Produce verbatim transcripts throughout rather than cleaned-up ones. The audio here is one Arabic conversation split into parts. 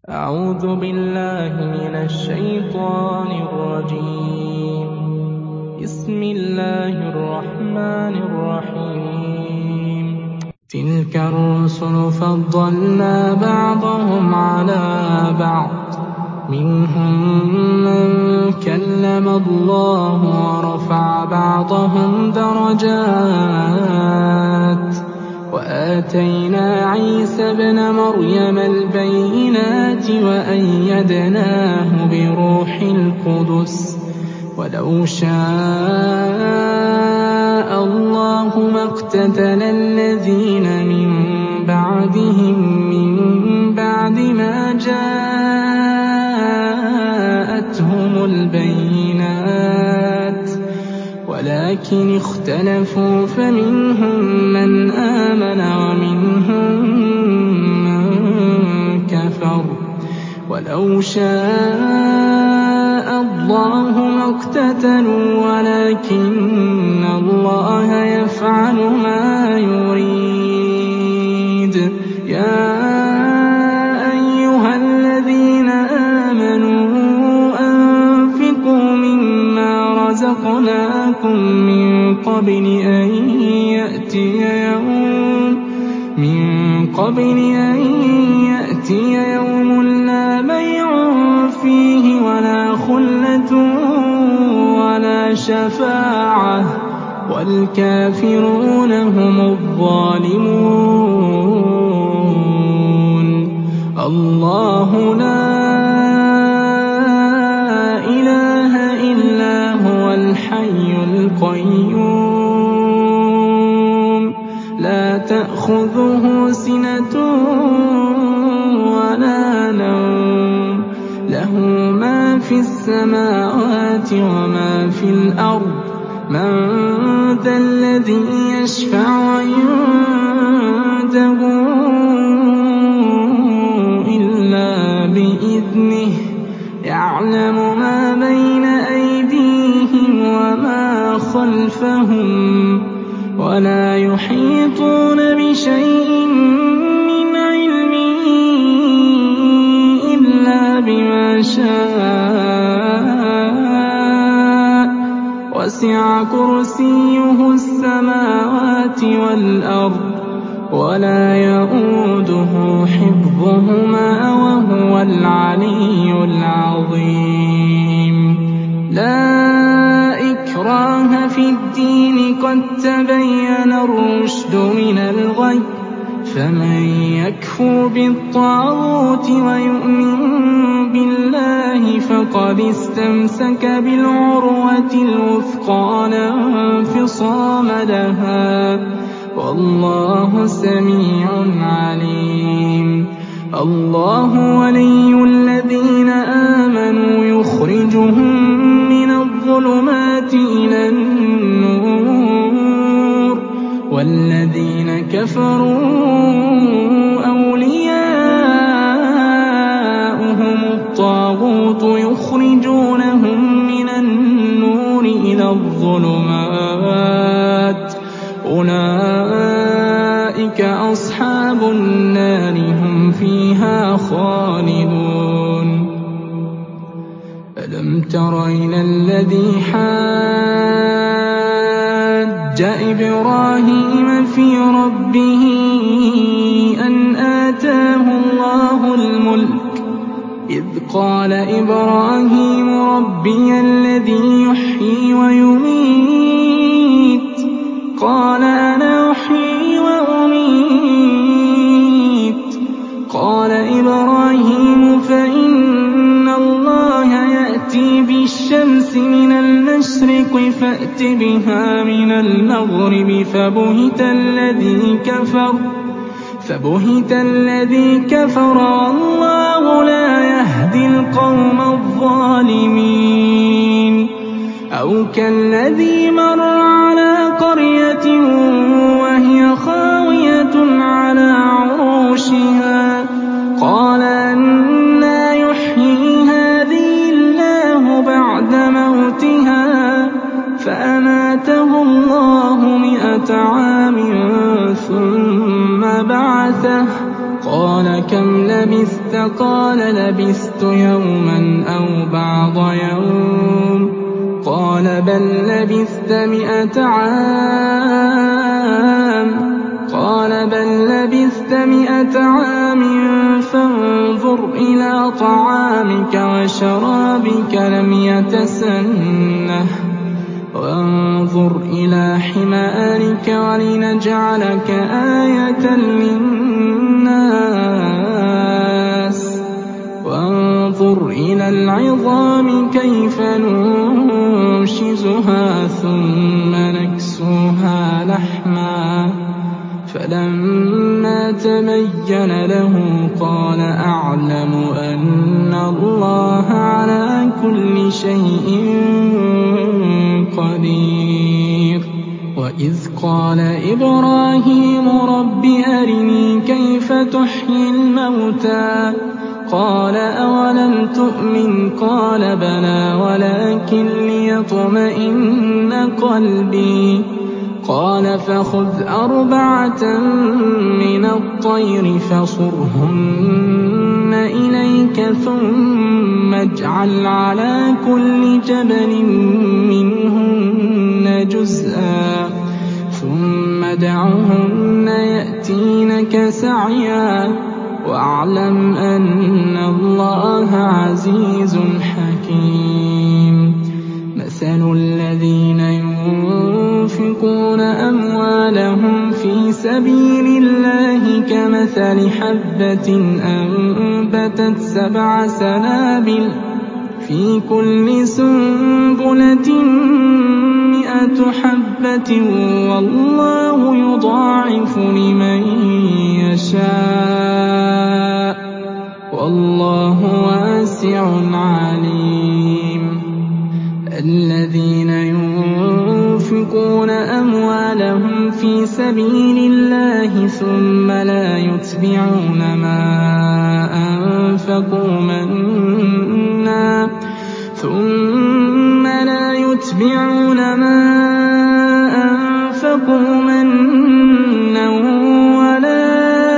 أعوذ بالله من الشيطان الرجيم. بسم الله الرحمن الرحيم. تلك الرسل فضلنا بعضهم على بعض، منهم من كلم الله ورفع بعضهم درجات، وآتينا عيسى ابن مريم البينات وأيدناه بروح القدس، ولو شاء الله ما اقتتل الذين من بعدهم من بعد ما جاءتهم البينات، ولكن اختلفوا فمنهم من آمن ومنهم من كفر، ولو شاء الله ما اقتتلوا ولكن الله يفعل ما يريد. يا أيها الذين آمنوا أنفقوا مما رزقناكم من قبل أن يأتي يوم من قبل أن يأتي يوم لا بيع فيه ولا خلة ولا شفاعة، والكافرون هم الظالمون. الله لا إله إلا هو الحي القيوم، لا تأخذه سنة ولا نوم، له ما في السماوات وما في الأرض. من ذا الذي يشفع عنده إلا بإذنه، يعلم ما بين أيديهم وما خلفهم، ولا يحيطون بشيء من علمه إلا بما شاء، وسع كرسيه السماوات والأرض، ولا يئوده حفظهما وهو العلي العظيم. لا إكراه في الدين، قد تبين الرشد من الغي، فمن يكفر بالطاغوت ويؤمن بالله فقد استمسك بالعروة الوثقى لا انفصام لها، والله سميع عليم. الله ولي الذين آمنوا يخرجهم من الظلمات إلى النور، والذين كفروا أولياؤهم الطاغوت يخرجونهم من النور إلى الظلمات، أولئك أصحاب النار هم فيها خالدون. ألم تر إلى الذي حاج إبراهيم في ربه أن آتاه الله الملك، إذ قال إبراهيم ربي الذي يحيي ويميت، قال أنا أحيي وأميت، قال إبراهيم فإن الله يأتي بالشمس من المشرق فأت بها من المغرب، فبهت الذي كفر فبهت الذي كفر والله لا يهدي القوم الظالمين. أو كالذي مر على قرية وهي خاوية على عروشها، قال أنى يحيي هذه الله بعد موتها، فأماته الله مئة عام ثم بعثه، قال كم لبثت؟ قال لبثت يوما أو بعض يوم قال بل لبثت مئة عام قال بل لبثت مئة عام فانظر إلى طعامك وشرابك لم يتسنه وانظر إلى حمارك ولنجعلك آية للناس وانظر إلى العظام كيف ننشزها ثم نكسوها لحما فلما تبين له قال أعلم أن الله على كل شيء قدير. وإذ قال إبراهيم رب أرني كيف تحيي الموتى قال أولم تؤمن قال بلى ولكن ليطمئن قلبي قال فخذ أربعة من الطير فصرهن إليك ثم اجعل على كل جبل منهن جزءا ثم ادعهن يأتينك سعيا واعلم أن الله عزيز حكيم. مثل الذين ينفقون أموالهم في سبيل الله كمثل حبة أنبتت سبع سنابل في كل سنبلة مئة حبة والله يضاعف لمن يشاء والله واسع عليم. الذين ينفقون أموالهم في سبيل الله ثم لا يتبعون ما أنفقوا منا ثم لا يتبعون ما أنفقوا منا ولا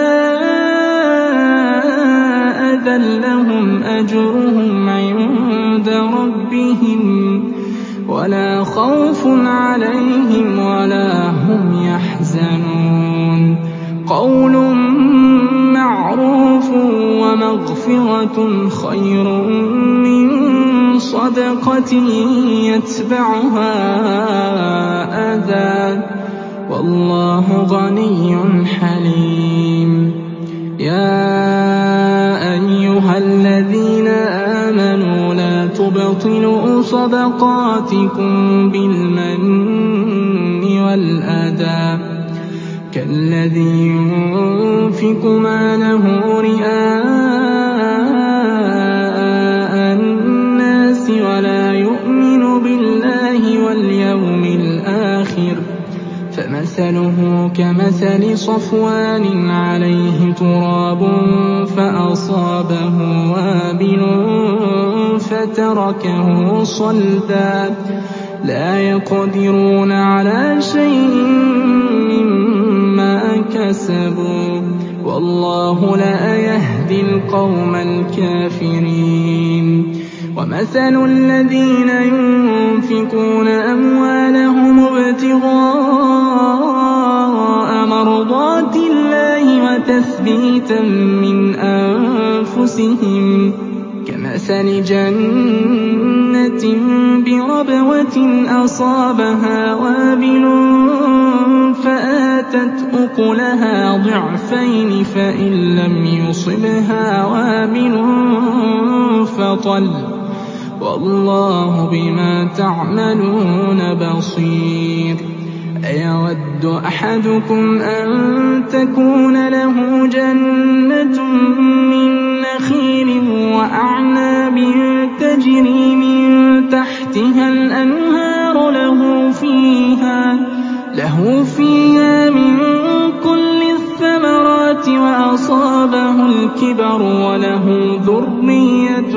أذى لهم أجرهم عند ربهم ولا خوف عليهم ولا هم يحزنون. قول معروف ومغفرة خير من صدقة يتبعها أذى والله غني حليم. يا أيها الذين آمنوا لا تبطلوا صدقاتكم بالمن والأذى كالذي ينفق ماله رئاء الناس ولا يؤمن بالله واليوم الآخر فمثله كمثل صفوان عليه تراب فأصابه وابل فتركه صلدا لا يقدرون على شيء مما كسبوا والله لا يهدي القوم الكافرين. ومثل الذين ينفقون أموالهم ابتغاء مرضات الله وتثبيتا من أنفسهم كمثل جنة بربوة أصابها وابل فآتت أكلها ضعفين فإن لم يصبها وابل فطل والله بما تعملون بصير. أيود أحدكم أن تكون له جنة من نخيل وأعناب تجري من تحتها الأنهار له فيها, له فيها من كل الثمرات وأصابه الكبر وله ذرية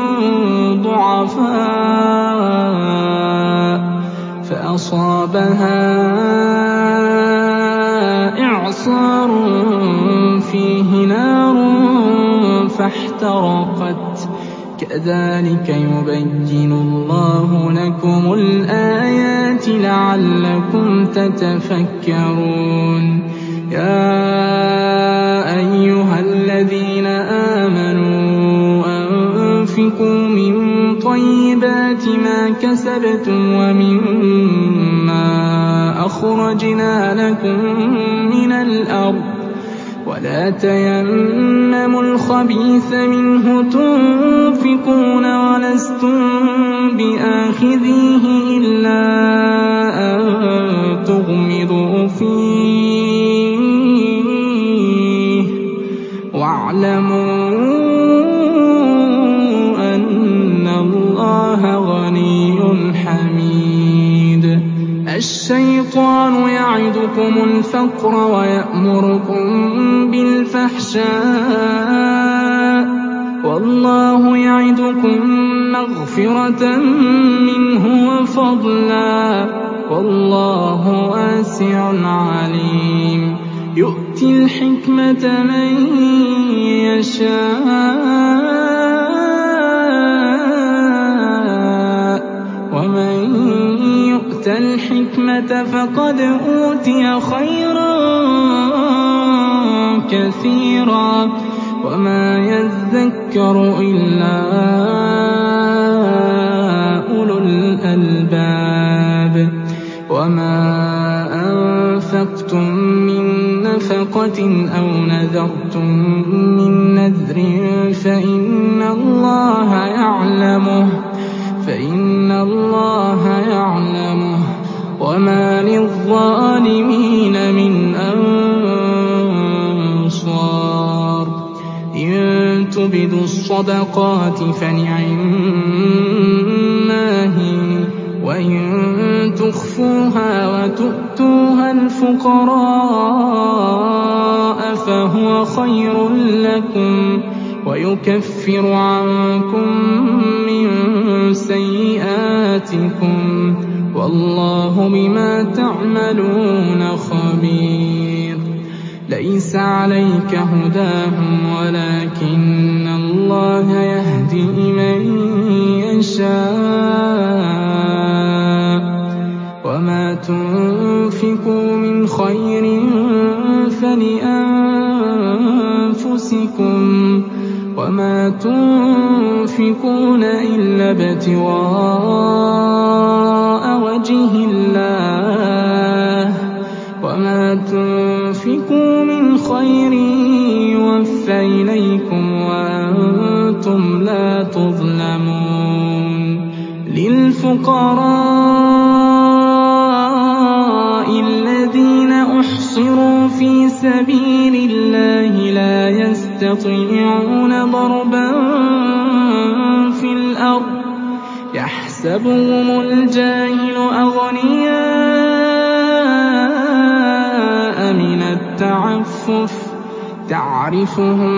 ضعفاء فأصابها إعصار فيه نار احترقت كذلك يبين الله لكم الآيات لعلكم تتفكرون يا أيها الذين آمنوا أنفقوا من طيبات ما كسبتم ومما أخرجنا لكم من الأرض ولا تيمموا الخبيث منه تنفقون ولستم بآخذيه إلا أن تغمضوا فيه واعلموا أن الله غني حميد الشيطان يعدكم الفقر ويأمركم بالفحشاء والله يعدكم مغفرة منه وفضلا والله واسع عليم يؤتي الحكمة من يشاء ومن يؤت الحكمة فقد أوتي خيرا كثيرا وما يذكر إلا أولو الألباب وما أنفقتم من نفقة أو نذرتم من نذر فإن الله يعلمه فإن الله يعلمه وما للظالمين من أنصار إن تبدوا الصدقات فنعما هي وإن تخفوها وتؤتوها الفقراء فهو خير لكم ويكفر عنكم من سيئاتكم والله بما تعملون خبير ليس عليك هداهم ولكن الله يهدي من يشاء وما تنفقوا من خير فلأنفسكم وما تنفقون إلا ابتغاء وجه الله وما تنفقوا من خير يوفى إليكم وأنتم لا تظلمون للفقراء الذين أحصروا في سبيل الله لا يستطيعون ضربا في الأرض يحسبهم الجاهل أغنياء من التعفف تعرفهم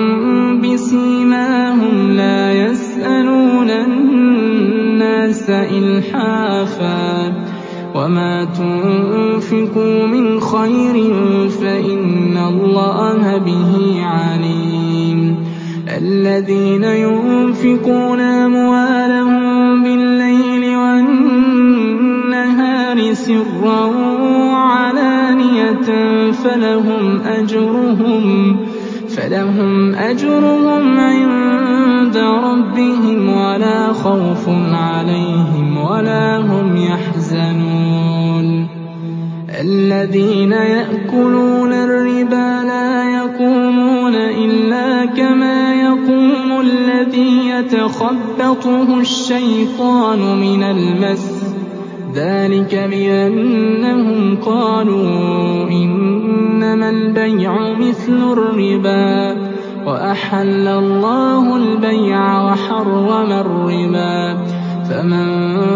بسيماهم لا يسألون الناس إلحافا وما تنفقوا من خير فإن الله به عليم الذين ينفقون أموالهم بالليل والنهار سرا وعلانية فلهم أجرهم فلهم أجرهم عند ربهم ولا خوف عليهم ولا هم يحزنون الذين يأكلون الربا لا يقومون إلا كما يقوم الذي يتخبطه الشيطان من المس ذلك بأنهم قالوا إنما البيع مثل الربا وأحل الله البيع وحرم الربا فمن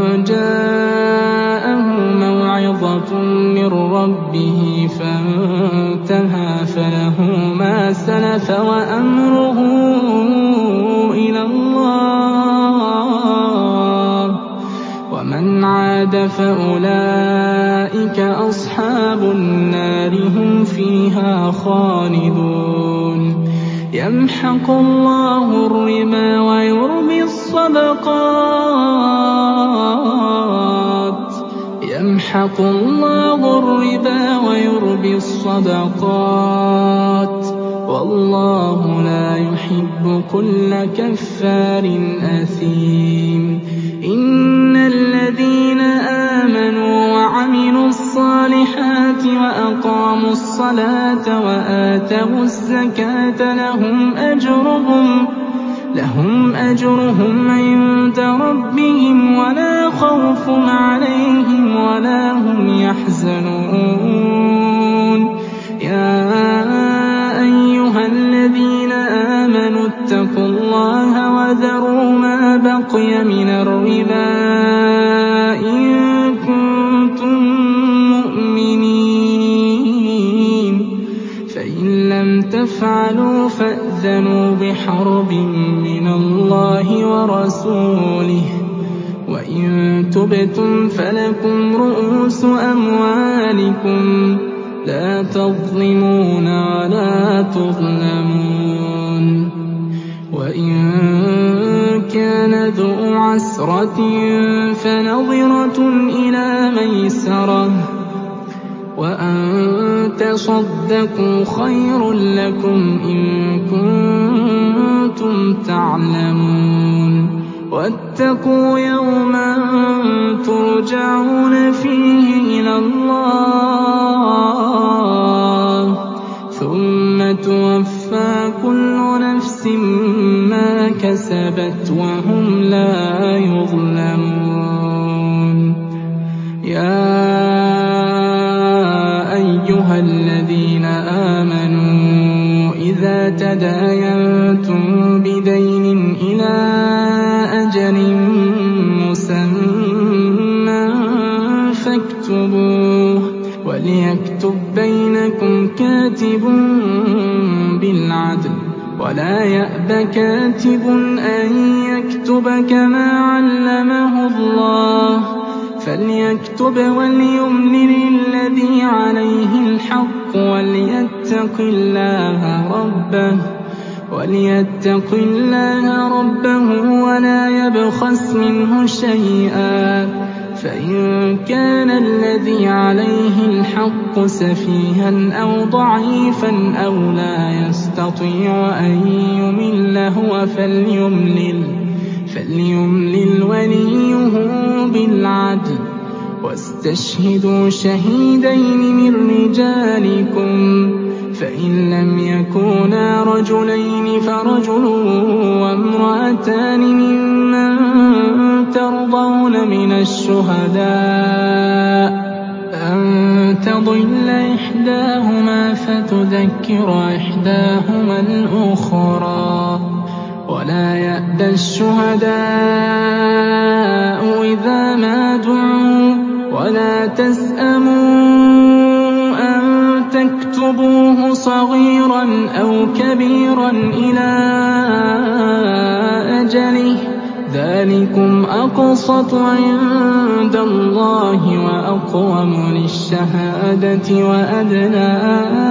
جاءه موعظة من ربه فانتهى فله ما سلف وأمره إلى الله ومن عاد فأولئك أصحاب النار هم فيها خالدون يا يمحق الله الربا ويربي الصدقات يمحق الله الربا ويربي الصدقات والله لا يحب كل كفار أثيم. إن الذين آمنوا وعملوا الصالحات وأقاموا الصلاة وآتوا الزكاة لهم أجرهم لهم أجرهم عند ربهم ولا خوف عليهم ولا هم يحزنون. يا أيها الذين آمنوا اتقوا الله وذروا ما بقي من الربا إن كنتم مؤمنين فإن لم تفعلوا فأذنوا بحرب من الله ورسوله وإن تبتم فلكم رؤوس أموالكم لا تظلمون ولا تظلمون. وإن كان ذو عسرة فنظرة إلى ميسرة وأن تصدقوا خير لكم إن كنتم تعلمون. واتقوا يوما ترجعون فيه إلى الله ثم توفى كل نفس ما كسبت وهم لا يظلمون. يا أيها الذين آمنوا إذا تداينتم بدين إلى أجل مسمى فاكتبوه وليكتب بينكم كاتب بالعدل ولا يأب كاتب أن يكتب كما علمه الله فليكتب وليملل الذي عليه الحق وليتق الله ربه وليتق الله ربه ولا يبخس منه شيئا فإن كان الذي عليه الحق سفيها أو ضعيفا أو لا يستطيع أن يمل هو فليملل فليملل وليه بالعدل واستشهدوا شهيدين من رجالكم فإن لم يكونا رجلين فرجل وامرأتان ممن ترضون من الشهداء أن تضل إحداهما فتذكر إحداهما الأخرى ولا يأبى الشهداء إذا ما دعوا ولا تسأموا أن تكتبوه صغيرا أو كبيرا إلى أجله ذلكم أقسط عند الله وأقوم للشهادة وأدنى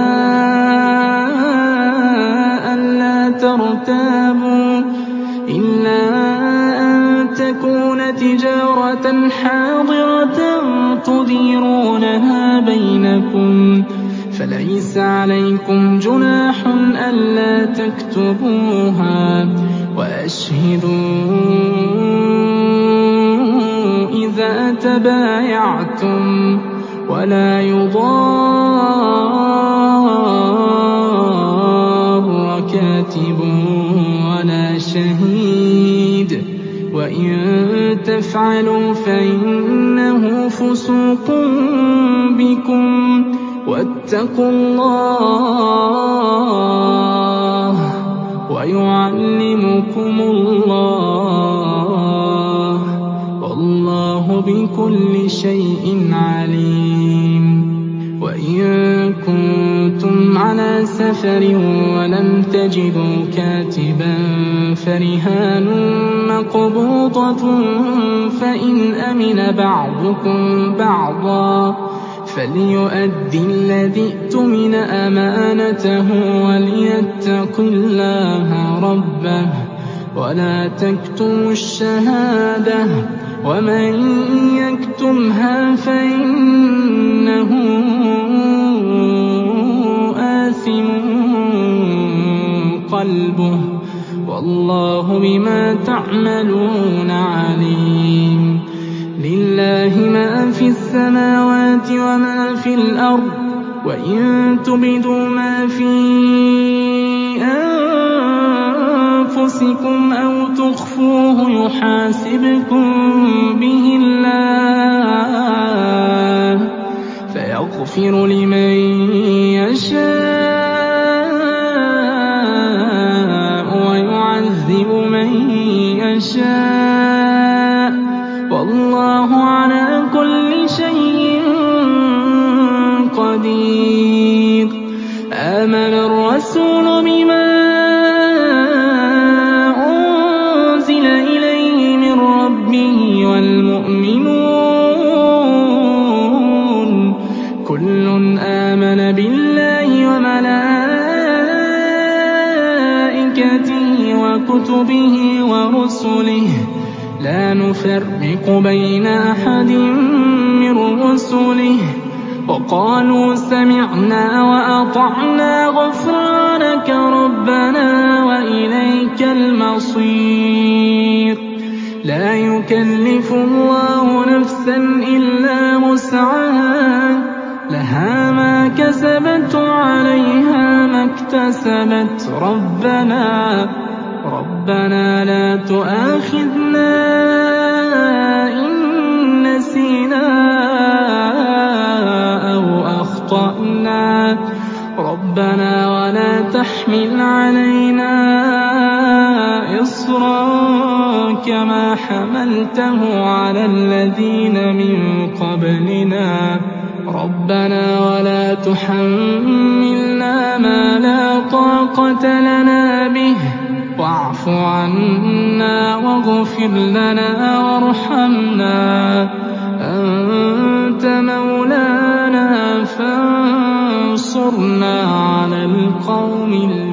ألا ترتابوا إلا أن تكون تجارة حاضرة تديرونها بينكم فليس عليكم جناح ألا تكتبوها وأشهدوا إذا تبايعتم ولا يضار كاتب ولا شهيد وإن تفعلوا فإنه فسوق بكم واتقوا الله ويعلمكم الله والله بكل شيء عليم. وإن كنتم على سفر ولم تجدوا كاتبا فرهان مقبوضة فإن أمن بعضكم بعضا فليؤد الذي اؤتمن أمانته وليتق الله ربه ولا تكتموا الشهادة ومن يكتمها فإنه آثم قلبه والله بما تعملون عليم. لله ما في السماوات وما في الأرض وإن تبدوا ما في أنفسكم أو تخفوه يحاسبكم به الله فيغفر لمن يشاء ويعذب من يشاء والله على كل شيء قدير. آمن الرسول بما أنزل إليه من ربه والمؤمنون كل آمن بالله وملائكته وكتبه ورسله لا نفرق بين أحد من رسله وقالوا سمعنا وأطعنا غفرانك ربنا وإليك المصير. لا يكلف الله نفسا إلا وسعها لها ما كسبت وعليها ما اكتسبت ربنا ربنا لا تؤاخذنا إن نسينا أو أخطأنا ربنا ولا تحمل علينا إصرا كما حملته على الذين من قبلنا ربنا ولا تحملنا ما لا طاقة لنا به واعف عنا واغفر لنا وارحمنا أنت مولانا فانصرنا على القوم